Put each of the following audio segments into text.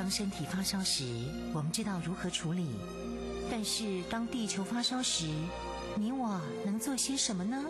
当身体发烧时，我们知道如何处理，但是当地球发烧时，你我能做些什么呢？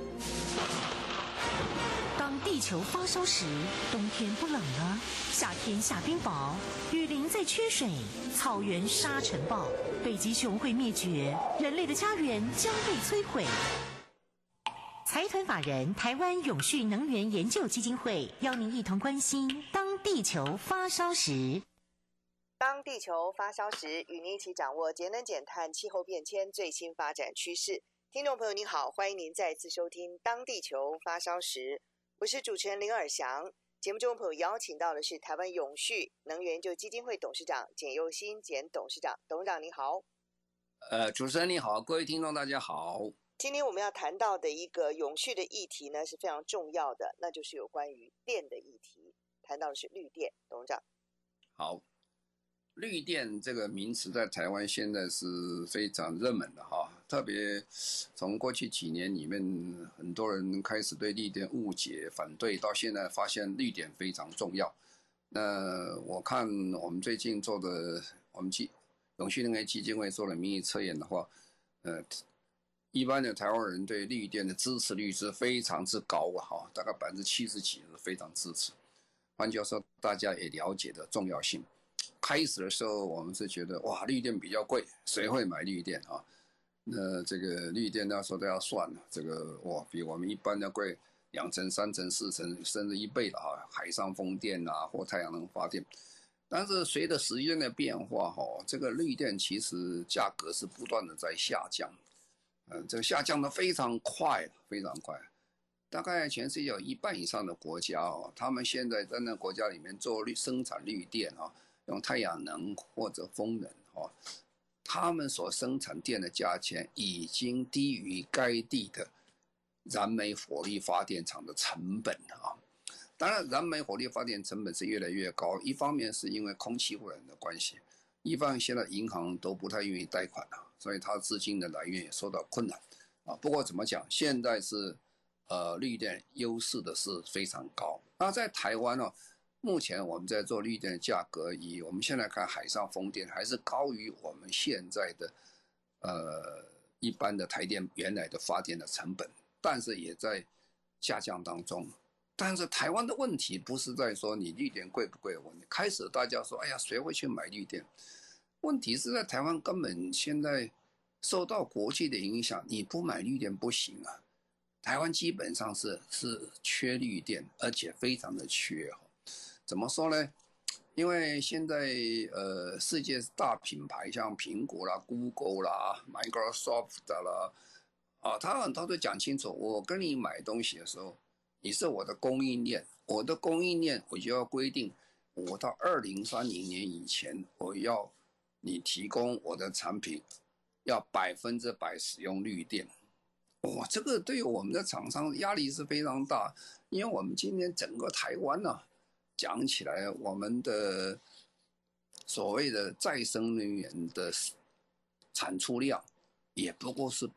当地球发烧时，冬天不冷了，夏天下冰雹，雨林在缺水，草原沙尘暴，北极熊会灭绝，人类的家园将被摧毁。财团法人台湾永续能源研究基金会邀您一同关心当地球发烧时。 当地球发烧时，与您一起掌握节能减碳、气候变迁最新发展趋势。听众朋友您好，欢迎您再次收听当地球发烧时，我是主持人林尔祥。节目中朋友邀请到的是台湾永续能源研究基金会董事长简佑新简董事长。董事长你好。 主持人你好，各位听众大家好。 今天我们要谈到的一个永续的议题呢，是非常重要的，那就是有关于电的议题，谈到的是绿电。董事长好，绿电这个名词在台湾现在是非常热门的哈，特别从过去几年里面，很多人开始对绿电误解反对，到现在发现绿电非常重要。那我看我们最近做的，我们永续能源基金会做的民意测验的话，一般的台湾人对绿电的支持率是非常之高啊，大概70%几是非常支持。换句话说，大家也了解的重要性。开始的时候，我们是觉得哇，绿电比较贵，谁会买绿电啊？那这个绿电那时候都要算了，这个哇，比我们一般的贵2成、3成、4成，甚至1倍了啊！海上风电啊，或太阳能发电。但是随着时间的变化，这个绿电其实价格是不断的在下降。这个下降的非常快，非常快。大概全世界有1半以上的国家他们现在在那国家里面生产绿电用太阳能或者风能他们所生产电的价钱已经低于该地的燃煤火力发电厂的成本当然，燃煤火力发电成本是越来越高，一方面是因为空气污染的关系，一方面现在银行都不太愿意贷款所以它资金的来源也受到困难不过怎么讲，现在是绿电优势的是非常高。那在台湾目前我们在做绿电的价格，以我们现在看海上风电还是高于我们现在的一般的台电原来的发电的成本，但是也在下降当中。但是台湾的问题不是在说你绿电贵不贵的问题，开始大家说哎呀谁会去买绿电，问题是在台湾根本现在受到国际的影响，你不买绿电不行台湾基本上是缺绿电，而且非常的缺怎么说呢？因为现在世界大品牌像苹果啦、Google 啦、Microsoft 啦他很多都讲清楚，我跟你买东西的时候，你是我的供应链，我的供应链我就要规定，我到2030年以前，我要你提供我的产品要100%使用绿电。这个对于我们的厂商压力是非常大，因为我们今天整个台湾讲起来，我们的所谓的再生能源的产出量也不过是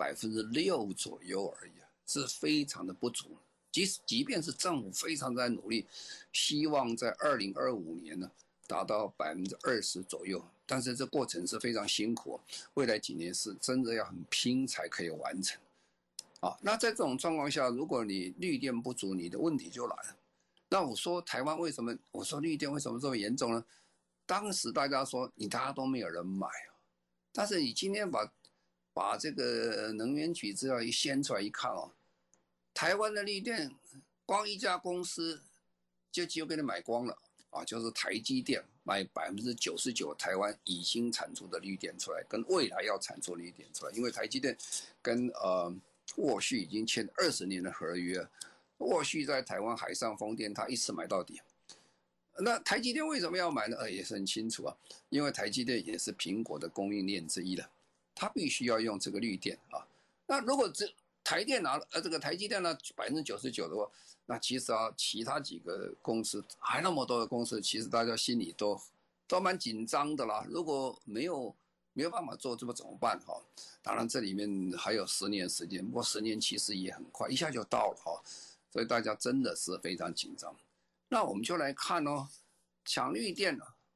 6%左右而已是非常的不足。即便是政府非常在努力，希望在2025年达到20%左右，但是这过程是非常辛苦，未来几年是真的要很拼才可以完成那在这种状况下，如果你绿电不足，你的问题就来了。那我说台湾为什么？我说绿电为什么这么严重呢？当时大家说大家都没有人买但是你今天把这个能源局资料一掀出来一看台湾的绿电光一家公司就几乎给你买光了就是台积电卖99%台湾已经产出的绿电出来，跟未来要产出的绿电出来，因为台积电跟沃旭已经签20年的合约，沃旭在台湾海上风电它一次买到底。那台积电为什么要买呢？也是很清楚因为台积电也是苹果的供应链之一了，它必须要用这个绿电那如果台电拿这个台积电呢99%的话，那其实其他几个公司还那么多的公司，其实大家心里都蛮紧张的啦。如果没有办法做，这么怎么办当然这里面还有10年时间，不过10年其实也很快，一下就到了所以大家真的是非常紧张。那我们就来看抢绿电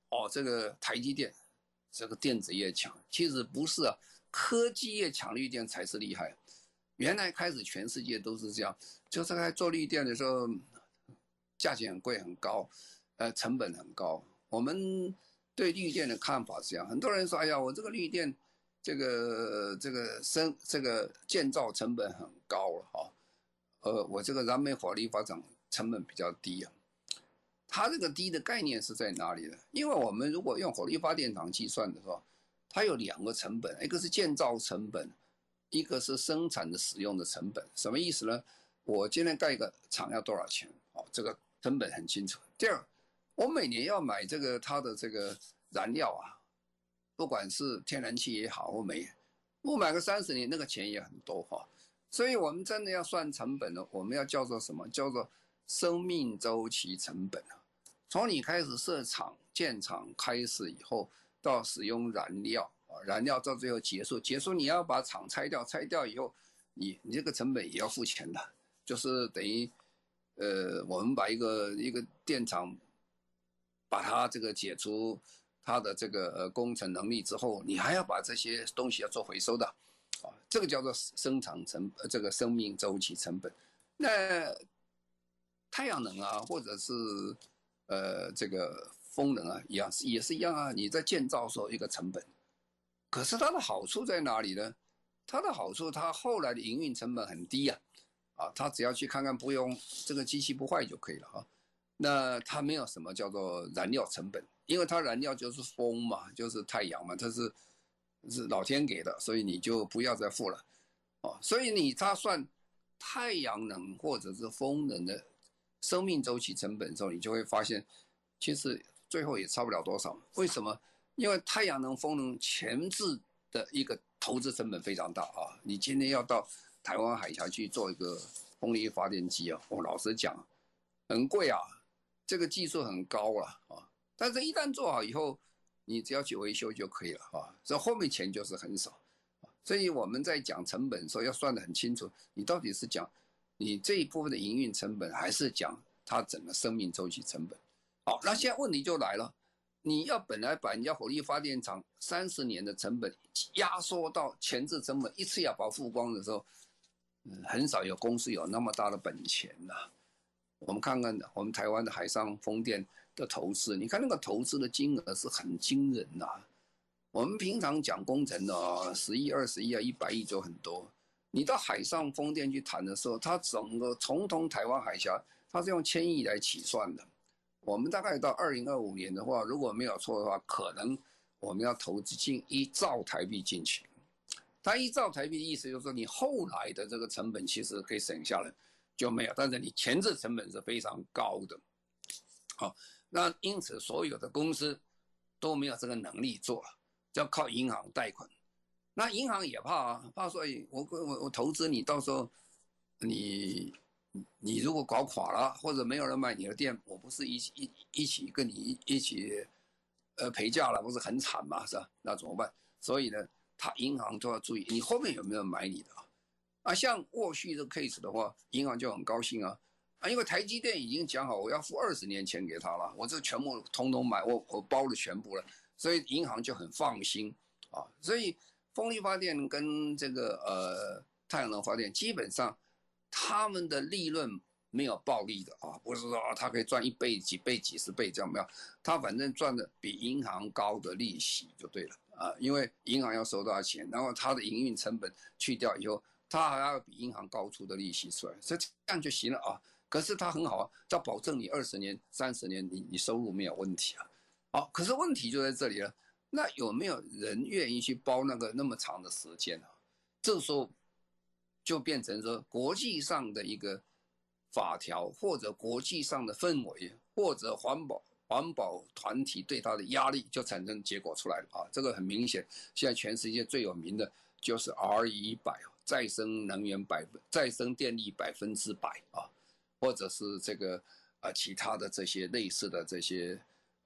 这个台积电这个电子业强，其实不是啊，科技业抢绿电才是厉害。原来开始全世界都是这样，就是在做绿电的时候，价钱很贵很高，成本很高。我们对绿电的看法是这样，很多人说，哎呀，我这个绿电这个建造成本很高了哈，我这个燃煤火力发展成本比较低啊。它这个低的概念是在哪里呢？因为我们如果用火力发电厂计算的时候，它有2个成本，一个是建造成本，一个是生产的使用的成本。什么意思呢？我今天盖一个厂要多少钱？这个成本很清楚。第二，我每年要买它的这个燃料啊，不管是天然气也好或煤，我买个30年，那个钱也很多哈。所以我们真的要算成本呢，我们要叫做什么？叫做生命周期成本啊。从你开始设厂建厂开始以后，到使用燃料燃料到最后结束你要把厂拆掉以后，你这个成本也要付钱的，就是等于我们把一个电厂把它这个解除它的这个工程能力之后，你还要把这些东西要做回收的这个叫做这个生命周期成本。那太阳能啊，或者是这个风能啊，也是一样啊。你在建造的时候一个成本，可是它的好处在哪里呢？它的好处，它后来的营运成本很低啊，它只要去看看，不用这个机器不坏就可以了啊。那它没有什么叫做燃料成本，因为它燃料就是风嘛，就是太阳嘛，它是老天给的，所以你就不要再付了所以它算太阳能或者是风能的生命周期成本的时候，你就会发现，其实最后也差不了多少。为什么？因为太阳能、风能前置的一个投资成本非常大啊！你今天要到台湾海峡去做一个风力发电机啊，我老实讲，很贵啊，这个技术很高了但是一旦做好以后，你只要去维修就可以了所以后面钱就是很少。所以我们在讲成本的时候要算得很清楚，你到底是讲你这一部分的营运成本，还是讲它整个生命周期成本？好，那现在问题就来了，你要本来把人家火力发电厂30年的成本压缩到前置成本一次要把它付光的时候，很少有公司有那么大的本钱我们看看我们台湾的海上风电的投资，你看那个投资的金额是很惊人我们平常讲工程的10亿、20亿100亿就很多。你到海上风电去谈的时候，它整个从台湾海峡，它是用1000亿来起算的。我们大概到2025年的话，如果没有错的话，可能我们要投资近1兆台币进去。它1兆台币的意思就是说，你后来的这个成本其实可以省下来就没有，但是你前置成本是非常高的。那因此所有的公司都没有这个能力做了。要靠银行贷款，那银行也怕说，我投资你，到时候你如果搞垮了，或者没有人买你的店，我不是一起跟你一起赔价了，不是很惨嘛，是吧？那怎么办？所以呢，银行就要注意，你后面有没有买你的像沃旭这个 case 的话，银行就很高兴因为台积电已经讲好，我要付20年钱给他了，我这全部通通买，我包了全部了。所以银行就很放心所以风力发电跟这个太阳能发电基本上他们的利润没有暴利的不是说他可以赚1倍、几倍、几十倍这样没有，他反正赚的比银行高的利息就对了因为银行要收到钱，然后他的营运成本去掉以后，他还要比银行高出的利息出来，所以这样就行了可是他很好要保证你20年、30年你收入没有问题可是问题就在这里了，那有没有人愿意去包那么长的时间这时候就变成说国际上的一个法条，或者国际上的氛围，或者环保团体对它的压力，就产生结果出来了这个很明显，现在全世界最有名的就是 RE100再生电力100%或者是这个其他的这些类似的这些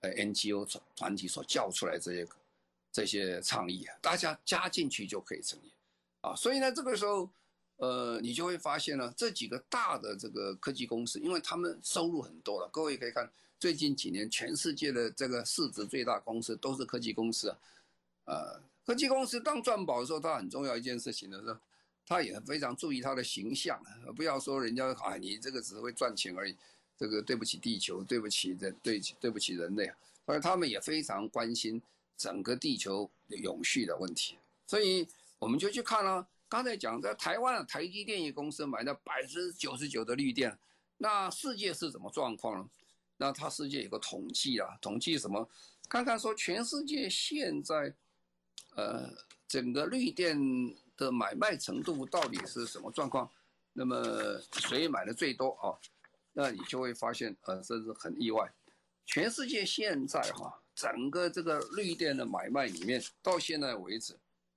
NGO 团体所叫出来这些倡议大家加进去就可以成立所以呢，这个时候你就会发现呢，这几个大的这个科技公司，因为他们收入很多了，各位可以看最近几年全世界的这个市值最大公司都是科技公司啊。科技公司当赚饱的时候，它很重要一件事情的时候，它也非常注意它的形象，不要说人家你这个只会赚钱而已，这个对不起地球，对不起对不起人类，所以他们也非常关心整个地球永续的问题。所以我们就去看了，刚才讲在台湾的台积电业公司买了99%的绿电，那世界是怎么状况呢？那它世界有个统计啊，统计什么？看看说全世界现在整个绿电的买卖程度到底是什么状况？那么谁买的最多啊？那你就会发现，真是很意外。全世界现在整个这个绿电的买卖里面，到现在为止，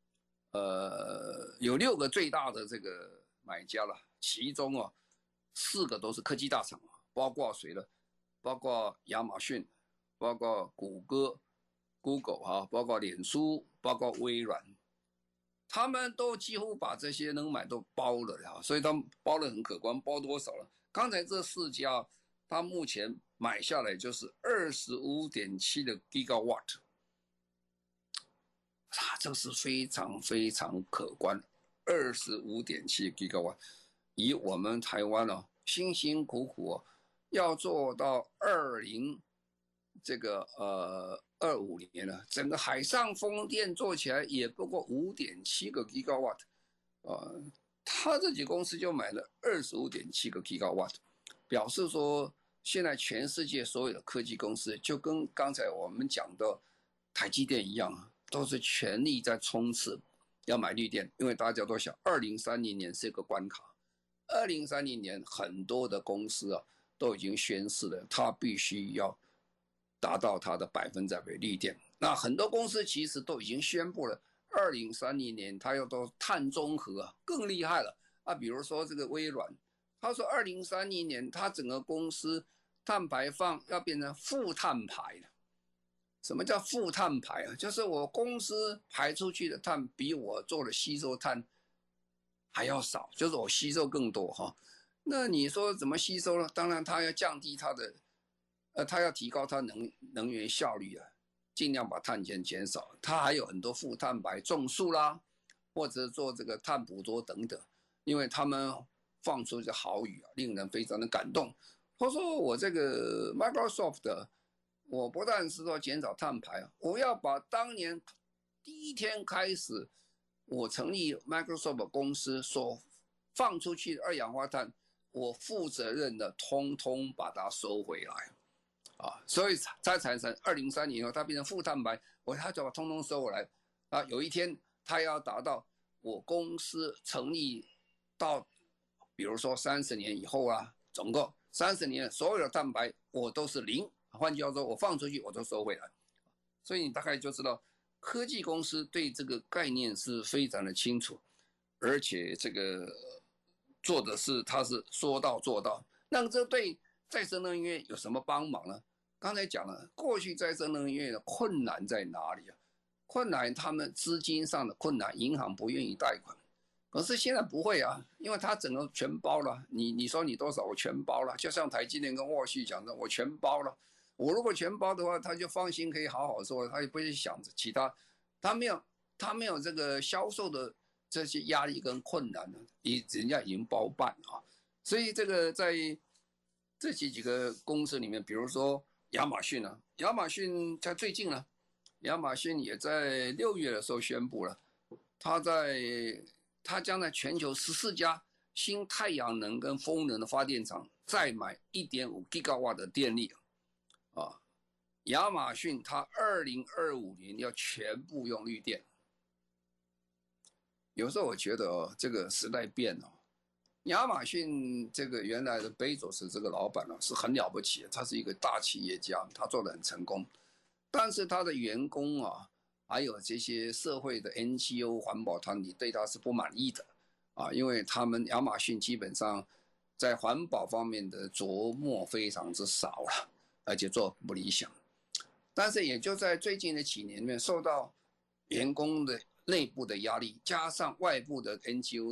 有6个最大的这个买家了，其中4个都是科技大厂，包括谁呢？包括亚马逊，包括谷歌。Google 包括脸书，包括微软，他们都几乎把这些能买都包了所以他们包得很可观，包多少了？刚才这4家，他目前买下来就是25.7的 gigawatt， 这是非常非常可观，25.7 gigawatt， 以我们台湾辛辛苦苦要做到25年了，整个海上风电做起来也不过5.7个 gigawatt， 他这几公司就买了25.7个 gigawatt， 表示说现在全世界所有的科技公司就跟刚才我们讲的台积电一样，都是全力在冲刺要买绿电，因为大家都想2030年是一个关卡，2030年很多的公司都已经宣示了，它必须要达到它的100%绿电。那很多公司其实都已经宣布了，2030年它要到碳中和更厉害了比如说这个微软，他说2030年它整个公司碳排放要变成负碳排了。什么叫负碳排就是我公司排出去的碳比我做的吸收碳还要少，就是我吸收更多那你说怎么吸收呢？当然它要降低它的它要提高它能源效率尽量把碳权减少。它还有很多负碳排，种树啦，或者做这个碳捕捉等等，因为他们放出这豪语令人非常的感动。他说我这个 Microsoft 我不但是说减少碳排我要把当年第一天开始我成立 Microsoft 公司所放出去的二氧化碳，我负责任的通通把它收回来所以才产生2030年以后它变成负碳排，他就把通通收回来有一天他要达到我公司成立到比如说30年以后总共30年所有的碳排我都是0，换句话说我放出去我都收回来。所以你大概就知道科技公司对这个概念是非常的清楚，而且这个做的是他是说到做到。那这对再生能源有什么帮忙呢？刚才讲了，过去再生能源的困难在哪里困难他们资金上的困难，银行不愿意贷款。可是现在不会因为它整个全包了，你说你多少我全包了，就像台积电跟沃旭讲的，我全包了。我如果全包的话，他就放心可以好好做，他也不会想着其他，他没有这个销售的这些压力跟困难人家已经包办所以这个在这几个公司里面，比如说亚马逊亚马逊在最近亚马逊也在6月的时候宣布了，他将在全球14家新太阳能跟风能的发电厂再买1.5 gigawatt 的电力亚马逊它2025年要全部用绿电。有时候我觉得这个时代变了，亚马逊这个原来的贝佐斯这个老板是很了不起的，他是一个大企业家，他做得很成功，但是他的员工还有这些社会的 NGO 环保团体对他是不满意的因为他们亚马逊基本上在环保方面的琢磨非常之少了，而且做不理想。但是也就在最近的几年里面，受到员工的内部的压力，加上外部的 NGO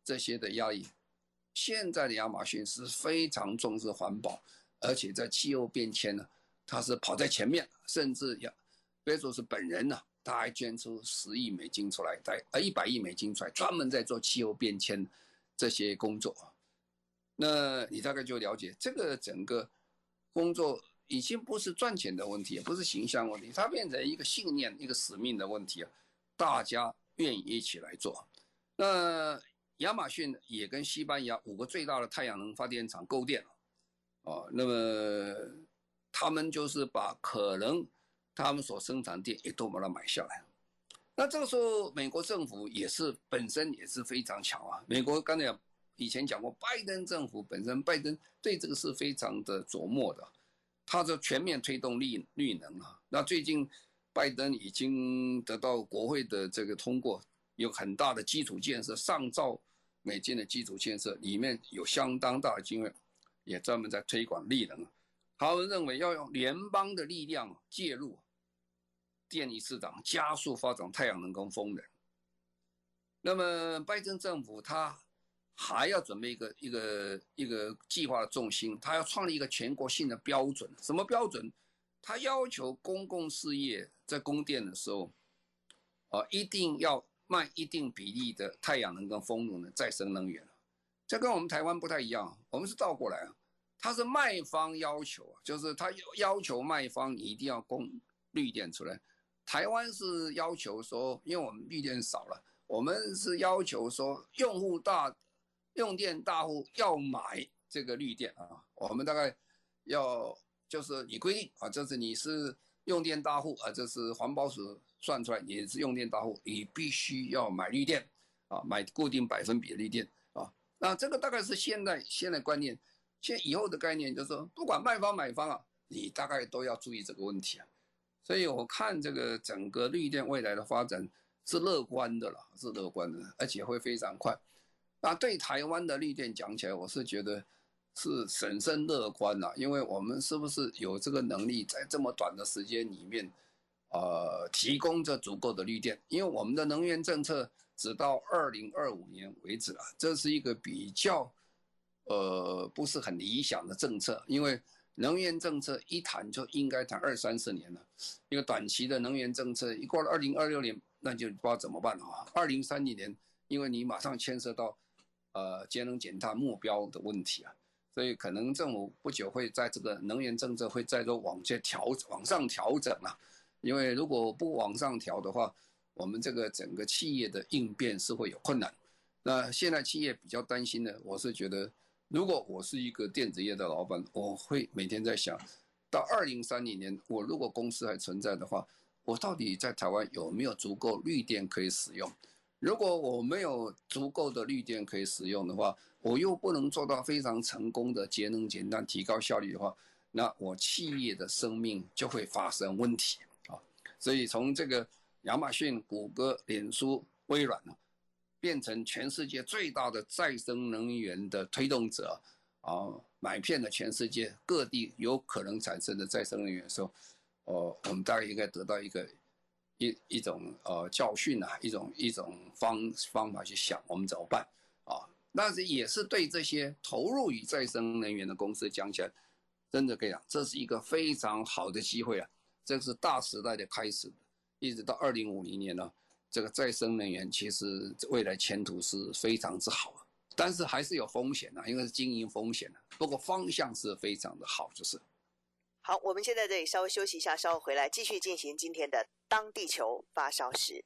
这些的压力。现在的亚马逊是非常重视环保，而且在气候变迁呢，它是跑在前面，甚至贝佐斯本人呢，他还捐出10亿美金出来，100亿美金出来，专门在做气候变迁这些工作。那你大概就了解这个整个工作已经不是赚钱的问题，也不是形象问题，它变成一个信念、一个使命的问题啊，大家愿意一起来做。那亚马逊也跟西班牙5个最大的太阳能发电厂购电了，那么他们就是把可能他们所生产电也都把它买下来。那这个时候，美国政府也是本身也是非常强啊。美国刚才以前讲过，拜登政府本身，拜登对这个是非常的琢磨的，他就全面推动绿能啊。那最近拜登已经得到国会的这个通过，有很大的基础建设，上兆美金的基础建设里面有相当大的经费，也专门在推广绿能。他们认为要用联邦的力量介入电力市场，加速发展太阳能跟风能。那么拜登政府他还要准备一个计划的重心，他要创立一个全国性的标准。什么标准？他要求公共事业在供电的时候，一定要卖一定比例的太阳能跟风能的再生能源。这跟我们台湾不太一样，我们是倒过来啊。他是卖方要求，就是他要求卖方一定要供绿电出来。台湾是要求说，因为我们绿电少了，我们是要求说用电大户要买这个绿电啊。我们大概要就是你规定啊，就是你是用电大户啊，这是环保署算出来你是用电大户，你必须要买绿电啊，买固定百分比的绿电啊。那这个大概是现在观念。现在以后的概念就是说，不管卖方买方啊，你大概都要注意这个问题啊。所以我看这个整个绿电未来的发展是乐观的了，是乐观的，而且会非常快。那对台湾的绿电讲起来，我是觉得是审慎乐观啦，因为我们是不是有这个能力在这么短的时间里面，提供这足够的绿电？因为我们的能源政策直到2025年为止了，这是一个比较。不是很理想的政策，因为能源政策一谈就应该谈20-30年了。一个短期的能源政策一过了2026年，那就不知道怎么办了啊。2030年，因为你马上牵涉到节能减碳目标的问题啊，所以可能政府不久会在这个能源政策会再都往上调整啊。因为如果不往上调的话，我们这个整个企业的应变是会有困难。那现在企业比较担心的，我是觉得。如果我是一个电子业的老板，我会每天在想，到2030年，我如果公司还存在的话，我到底在台湾有没有足够绿电可以使用？如果我没有足够的绿电可以使用的话，我又不能做到非常成功的节能减碳、提高效率的话，那我企业的生命就会发生问题啊。所以从这个亚马逊、谷歌、脸书、微软变成全世界最大的再生能源的推动者啊，买遍了全世界各地有可能产生的再生能源的时候，我们大概应该得到一种教训啊，一种方法去想我们怎么办啊。那也是对这些投入于再生能源的公司讲起来，真的可以讲，这是一个非常好的机会啊，这是大时代的开始，一直到2050年呢。这个再生能源其实未来前途是非常之好，但是还是有风险因为是经营风险不过方向是非常的好，就是。 好，我们现在这里稍微休息一下，稍后回来继续进行今天的当地球发烧时。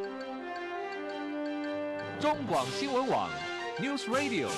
中广新闻网 News Radio。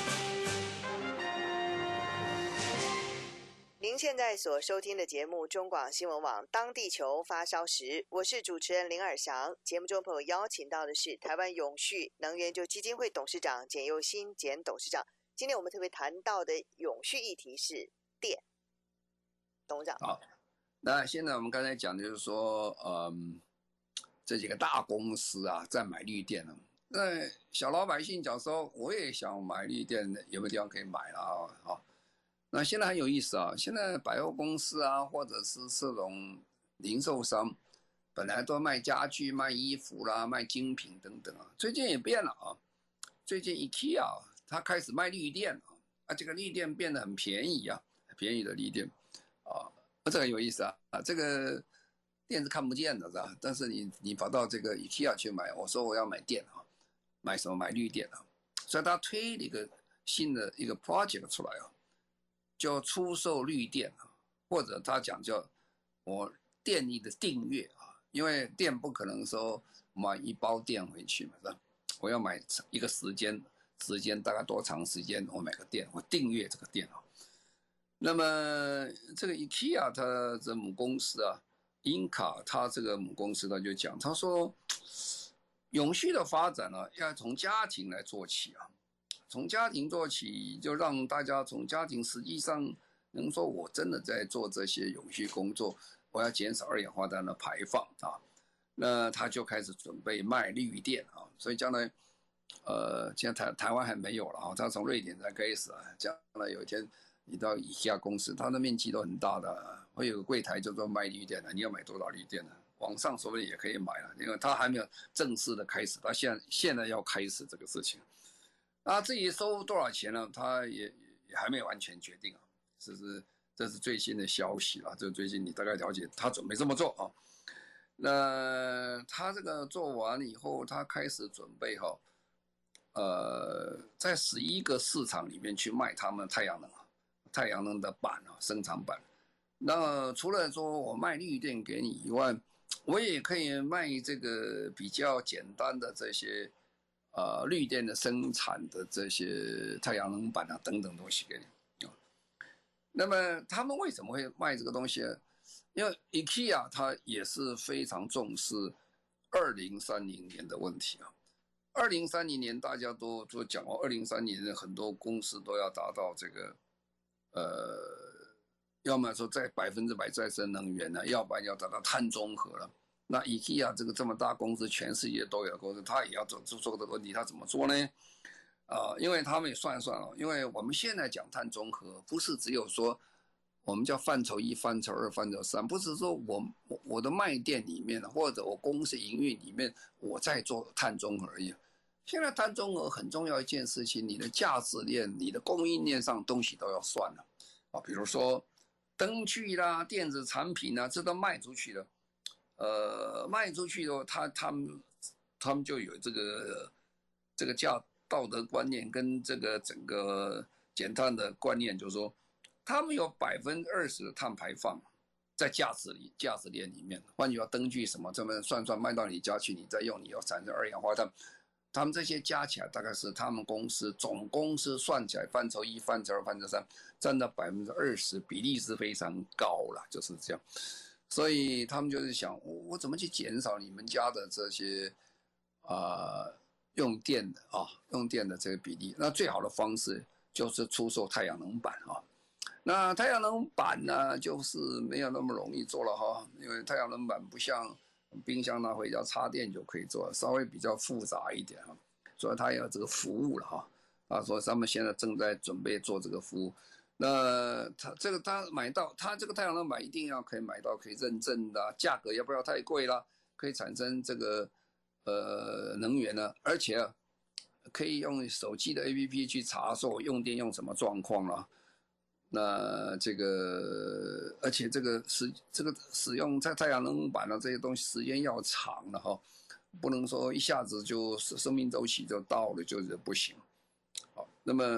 您现在所收听的节目中广新闻网当地球发烧时，我是主持人林尔翔。节目中朋友邀请到的是台湾永续能源基金会董事长简佑新简董事长。今天我们特别谈到的永续议题是电，董事长。 好，那现在我们刚才讲的就是说，这几个大公司啊在买绿电了。那小老百姓讲说，我也想买绿电，有没有地方可以买了啊？那现在很有意思啊！现在百货公司啊，或者是这种零售商，本来都卖家具、卖衣服啦、卖精品等等啊，最近也变了啊。 最近 IKEA 它开始卖绿电啊，这个绿电变得很便宜啊，便宜的绿电啊，这个有意思啊，这个电是看不见的是吧？但是你跑到这个 IKEA 去买，我说我要买电啊，买什么？买绿电啊，所以他推了一个新的一个 project 出来啊，叫出售绿电啊，或者他讲叫我电力的订阅啊，因为电不可能说买一包电回去嘛，是吧？我要买一个时间大概多长时间，我买个电，我订阅这个电啊。那么这个 IKEA 它的母公司啊，英卡它这个母公司他就讲，他说永续的发展呢，要从家庭来做起啊，从家庭做起，就让大家从家庭实际上能说我真的在做这些永续工作，我要减少二氧化碳的排放啊。那他就开始准备卖绿电啊，所以将来，现在台湾还没有了啊，他从瑞典才开始啊，将来有一天你到IKEA公司，它的面积都很大的，会有个柜台叫做卖绿电的，你要买多少绿电呢？网上说不定也可以买了，因为它还没有正式的开始，它现在要开始这个事情，啊，至于收多少钱呢？他也还没有完全决定啊，这是最新的消息啊，这最近你大概了解，他准备这么做啊。那他这个做完以后，他开始准备哈，在11个市场里面去卖他们太阳能的板啊，生产板。那除了说我卖绿电给你以外，我也可以卖这个比较简单的这些绿电的生产的这些太阳能板啊等等东西给你啊。那么他们为什么会卖这个东西呢？因为 IKEA 它也是非常重视2030年的问题啊。2030年大家都讲哦，2030年很多公司都要达到这个要么说在100%再生能源呢，要不然要达到碳中和了。那 IKEA 这么大公司，全世界都有的公司，它也要做这个问题，它怎么做呢？因为他们也算一算哦，因为我们现在讲碳中和，不是只有说我们叫范畴1、范畴2、范畴3，不是说我的卖店里面或者我公司营运里面我在做碳中和而已。现在碳中和很重要一件事情，你的价值链、你的供应链上东西都要算了啊，比如说灯具啦、电子产品啊，这都卖出去了。卖出去的话，他们就有这个道德观念跟这个整个减碳的观念，就是说，他们有20%的碳排放在价值链里面。换句话，灯具什么这么算卖到你家去，你再用，你要产生二氧化碳。他们这些加起来大概是他们总公司算起来范畴1、范畴2、范畴3占到20%，比例是非常高了，就是这样。所以他们就是想，我怎么去减少你们家的这些用电的这个比例？那最好的方式就是出售太阳能板啊。那太阳能板呢，就是没有那么容易做了哈，因为太阳能板不像冰箱拿回家插电就可以做，稍微比较复杂一点哈，所以它有这个服务了哈。所以他们现在正在准备做这个服务。那他买到他这个太阳能板一定要可以买到可以认证的，价格也不要太贵啦，可以产生这个能源呢，而且可以用手机的 APP 去查说用电用什么状况啦。那而且这个使用在太阳能板的这些东西时间要长了哈，不能说一下子就生命周期就到了就是不行。好，那么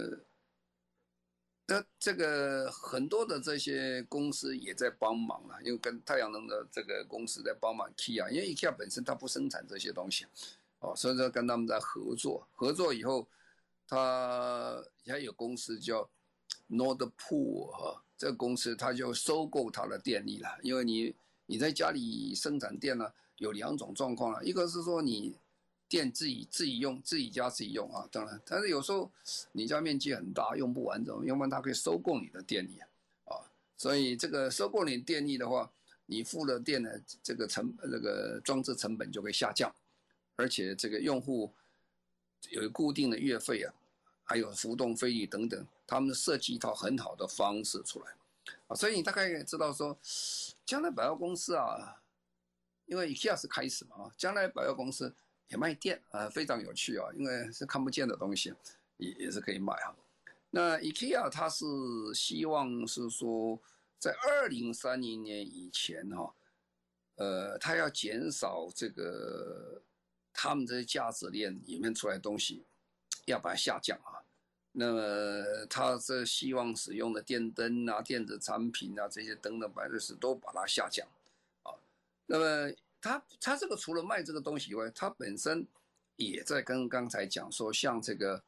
这个很多的这些公司也在帮忙了，因为跟太阳能的这个公司在帮忙 IKEA， 因为 IKEA 本身它不生产这些东西，所以说跟他们在合作以后，它还有公司叫 Nord Pool 这个公司它就收购它的电力了，因为你在家里生产电呢，有2种状况了，一个是说你电自己用，自己家自己用啊，当然，但是有时候你家面积很大，用不完怎么？要不然它可以收购你的电力啊，所以这个收购你的电力的话，你付了电的这个装置成本就会下降，而且这个用户有固定的月费啊，还有浮动费率等等，他们设计一套很好的方式出来啊，所以你大概也知道说，将来百货公司啊，因为 IKEA 是开始嘛啊，将来百货公司也卖电非常有趣因为是看不见的东西，也是可以买那 IKEA 它是希望是说，在2030年以前它要减少这个他们这些价值链里面出来的东西，要把它下降那么它这希望使用的电灯电子产品这些灯的60%都把它下降那么它这个除了卖这个东西以外，它本身也在跟刚才讲说，像这个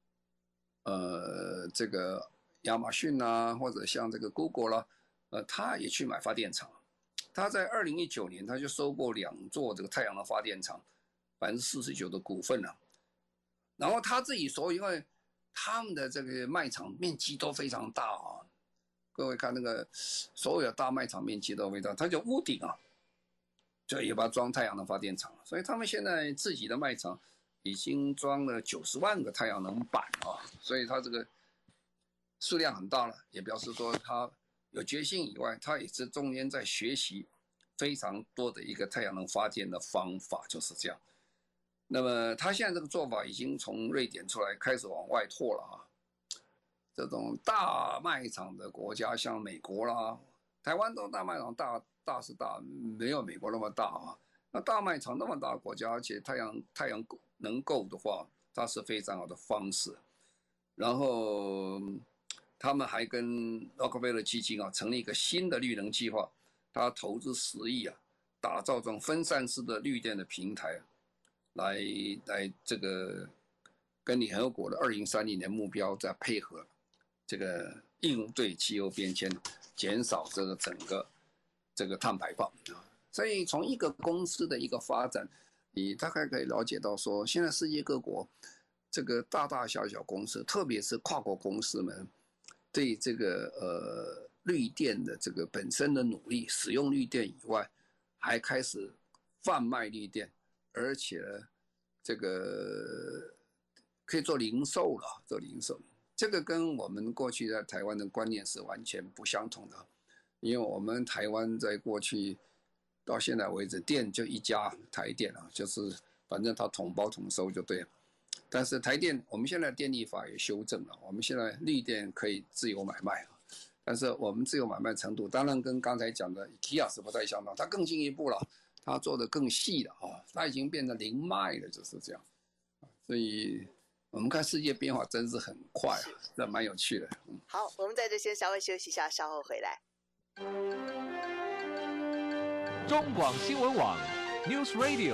亚马逊或者像这个 Google 啦，它也去买发电厂。它在2019年，它就收购2座这个太阳能发电厂，49%的股份了。然后他自己说，因为他们的这个卖场面积都非常大各位看那个所有的大卖场面积都非常大，它就屋顶就也把它装太阳能发电厂，所以他们现在自己的卖场已经装了90万个太阳能板所以它这个数量很大了，也表示说它有决心以外，它也是中间在学习非常多的一个太阳能发电的方法，就是这样。那么它现在这个做法已经从瑞典出来，开始往外拓了这种大卖场的国家，像美国啦、台湾都大卖场大是大，没有美国那么大那大卖场那么大的国家，而且太阳能够的话，它是非常好的方式。然后他们还跟洛克菲勒基金成立一个新的绿能计划，他投资10亿打造这种分散式的绿电的平台，来这个跟联合国的2030年目标再配合这个应对气候变迁，减少这个整个这个碳排放所以从一个公司的一个发展，你大概可以了解到说，现在世界各国这个大大小小公司，特别是跨国公司们，对这个绿电的这个本身的努力，使用绿电以外，还开始贩卖绿电，而且呢这个可以做零售了，做零售。这个跟我们过去在台湾的观念是完全不相同的，因为我们台湾在过去到现在为止，电就一家台电就是反正它统包统收就对了。但是台电，我们现在电力法也修正了，我们现在绿电可以自由买卖但是我们自由买卖程度当然跟刚才讲的 IKEA 是不太相同，它更进一步了，它做的更细了它已经变成零卖了，就是这样。所以我们看世界变化真是很快这蛮有趣的。 好，我们在这先稍微休息一下，稍后回来。 中广新闻网 News Radio。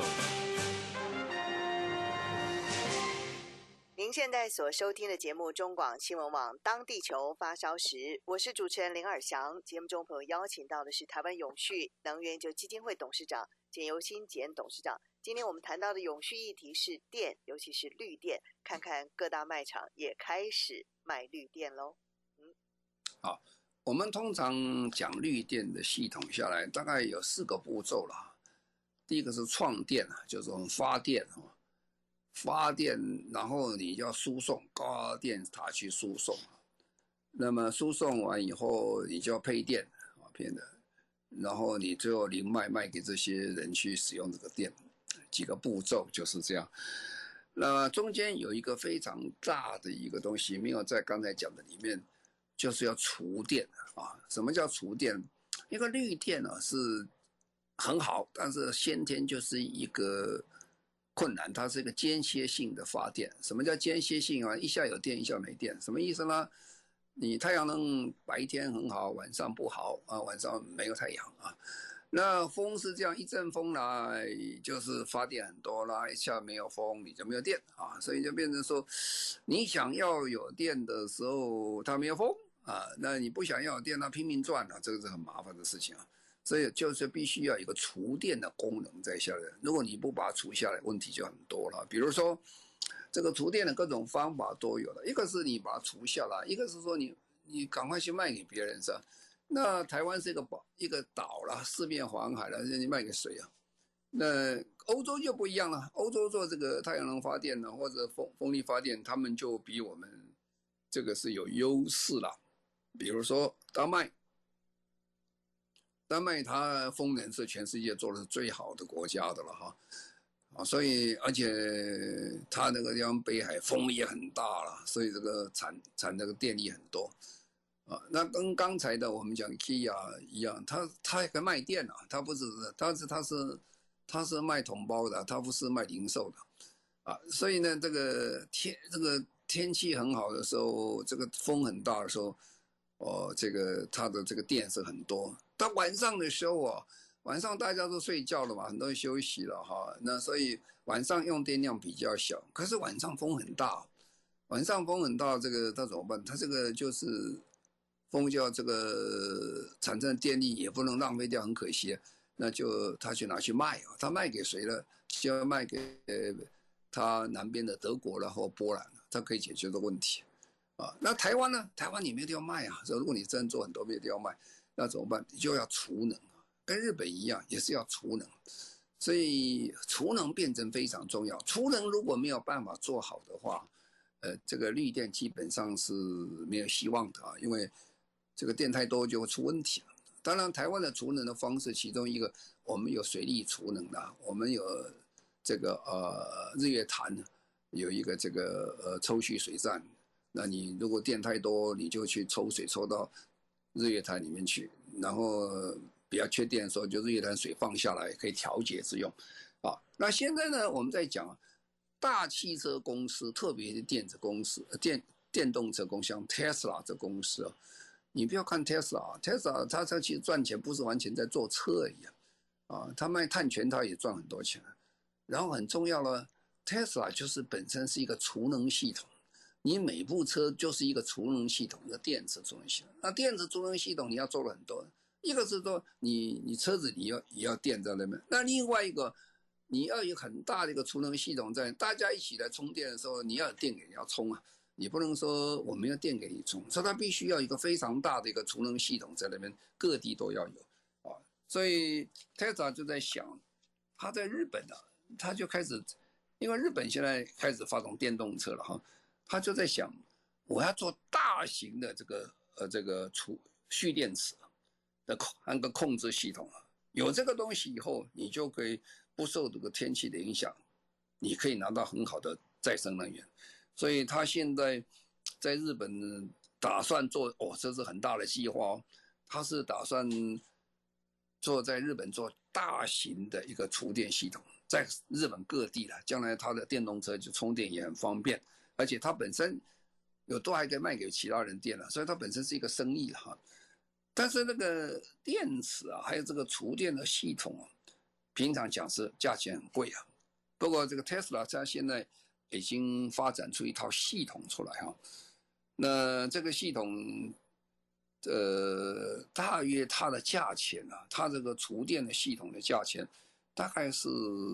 您现在所收听的节目中广新闻网当地球发烧时，我是主持人林尔翔。节目中朋友邀请到的是台湾永续能源基金会董事长简尤新简董事长。今天我们谈到的永续议题是电，尤其是绿电，看看各大卖场也开始卖绿电咯。 好，我们通常讲绿电的系统下来，大概有4个步骤啦。第一个是创电就是我们发电然后你要输送，高电塔去输送，那么输送完以后，你就要配电然后你最后零卖给这些人去使用这个电，几个步骤就是这样。那么中间有一个非常大的一个东西，没有在刚才讲的里面，就是要储电什么叫储电？一个绿电是很好，但是先天就是一个困难，它是一个间歇性的发电。什么叫间歇性一下有电，一下没电，什么意思呢？你太阳能白天很好，晚上不好晚上没有太阳那风是这样，一阵风来就是发电很多啦，一下没有风你就没有电所以就变成说，你想要有电的时候它没有风那你不想要有电它拼命转这个是很麻烦的事情所以就是必须要有一个储电的功能在下来，如果你不把它储下来，问题就很多了。比如说这个储电的各种方法都有了，一个是你把它储下来，一个是说你赶快去卖给别人是吧？那台湾是一个岛了，四面环海了，你卖给谁那欧洲就不一样了，欧洲做这个太阳能发电呢，或者风力发电，他们就比我们这个是有优势了。比如说丹麦它风能是全世界做的最好的国家的了啊，所以而且它那个地方北海风也很大了，所以这个产这个电力很多。啊，那跟刚才的我们讲 Kia 一样，它也可以卖电啊，它不是，它是卖统包的，它不是卖零售的，啊，所以呢，这个天气很好的时候，这个风很大的时候，这个它的这个电是很多。到晚上的时候啊，晚上大家都睡觉了嘛，很多人休息了哈，那所以晚上用电量比较小，可是晚上风很大，晚上风很大，这个它怎么办？它这个就是风就要这个产生的电力也不能浪费掉，很可惜，那就他去拿去卖啊，他卖给谁了？就要卖给他南边的德国了或波兰，他可以解决这个问题啊。那台湾呢？台湾你没有地方卖啊，所以如果你真做很多没有地方卖，那怎么办？你就要储能，跟日本一样，也是要储能。所以储能变成非常重要。储能如果没有办法做好的话，这个绿电基本上是没有希望的啊，因为这个电太多就会出问题了。当然，台湾的储能的方式，其中一个我们有水力储能的，我们有这个日月潭有一个这个抽蓄水站，那你如果电太多，你就去抽水抽到日月潭里面去，然后比较缺电的时候，就日月潭水放下来可以调节之用啊。那现在呢，我们在讲大汽车公司，特别是电子公司、电动车公司，像 Tesla 这公司啊。你不要看 Tesla 它其实赚钱不是完全在做车而已啊，它卖碳权它也赚很多钱。然后很重要了 ，Tesla 就是本身是一个储能系统，你每部车就是一个储能系统的电子储能系统。那电子储能系统你要做了很多，一个是说你车子也要电在那边，那另外一个你要有很大的一个储能系统在，大家一起来充电的时候，你要有电给你要充啊。你不能说我没有电给你充，所以它必须要一个非常大的一个储能系统在那边，各地都要有啊。所以 Tesla 就在想，他在日本啊，他就开始，因为日本现在开始发动电动车了哈，他就在想，我要做大型的这个蓄电池的那个控制系统啊，有这个东西以后，你就可以不受这个天气的影响，你可以拿到很好的再生能源。所以他现在在日本打算做这是很大的计划哦，他是打算在日本做大型的一个储电系统，在日本各地了，将来他的电动车就充电也很方便，而且他本身有多还可以卖给其他人电了，所以他本身是一个生意哈。但是那个电池啊，还有这个储电的系统啊，平常讲是价钱很贵啊，不过这个 Tesla 它现在已经发展出一套系统出来哈，那这个系统，大约它的价钱啊，它这个厨电的系统的价钱，大概是，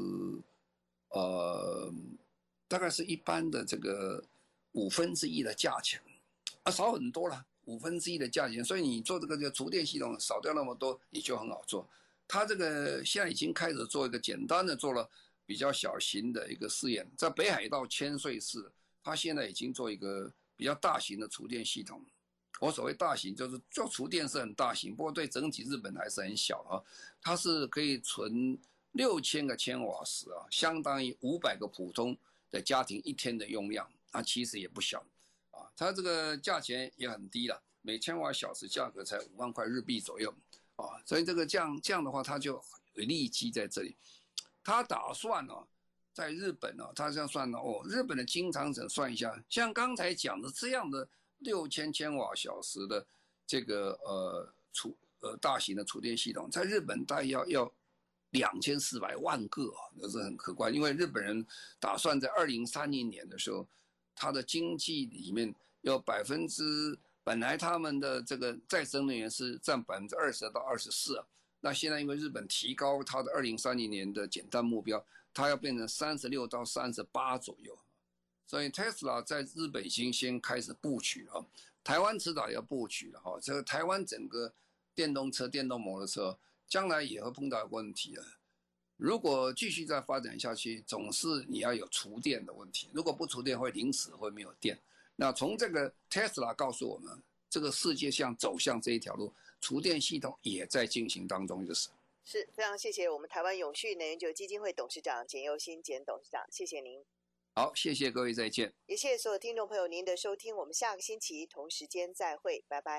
大概是一般的这个1/5的价钱，啊，少很多了，1/5的价钱，所以你做这个厨电系统少掉那么多，你就很好做。它这个现在已经开始做一个简单的做了。比较小型的一个试验，在北海道千岁市，它现在已经做一个比较大型的储电系统。我所谓大型，就是做储电是很大型，不过对整体日本还是很小啊。它是可以存6000个千瓦时啊，相当于500个普通的家庭一天的用量，它其实也不小啊。它这个价钱也很低了，每千瓦小时价格才5万块日币左右啊，所以这个这样的话，它就有利基在这里。他打算在日本他这样算日本的经常省算一下，像刚才讲的这样的6000千瓦小时的这个大型的储电系统，在日本大概要2400万个那是很可观。因为日本人打算在2030年的时候，他的经济里面有本来他们的这个再生能源是占20%到24%。那现在因为日本提高它的2030年的减碳目标，它要变成36到38左右，所以 Tesla 在日本已经先开始布局了，台湾迟早也要布局了哈。这个台湾整个电动车、电动摩托车将来也会碰到问题了。如果继续再发展下去，总是你要有储电的问题，如果不储电会临时会没有电。那从这个 Tesla 告诉我们，这个世界走向这一条路。储电系统也在进行当中，就是。 是非常谢谢我们台湾永续能源基金会董事长简又新简董事长，谢谢您。 好，谢谢各位，再见。 也谢谢所有听众朋友您的收听，我们下个星期同时间再会，拜拜。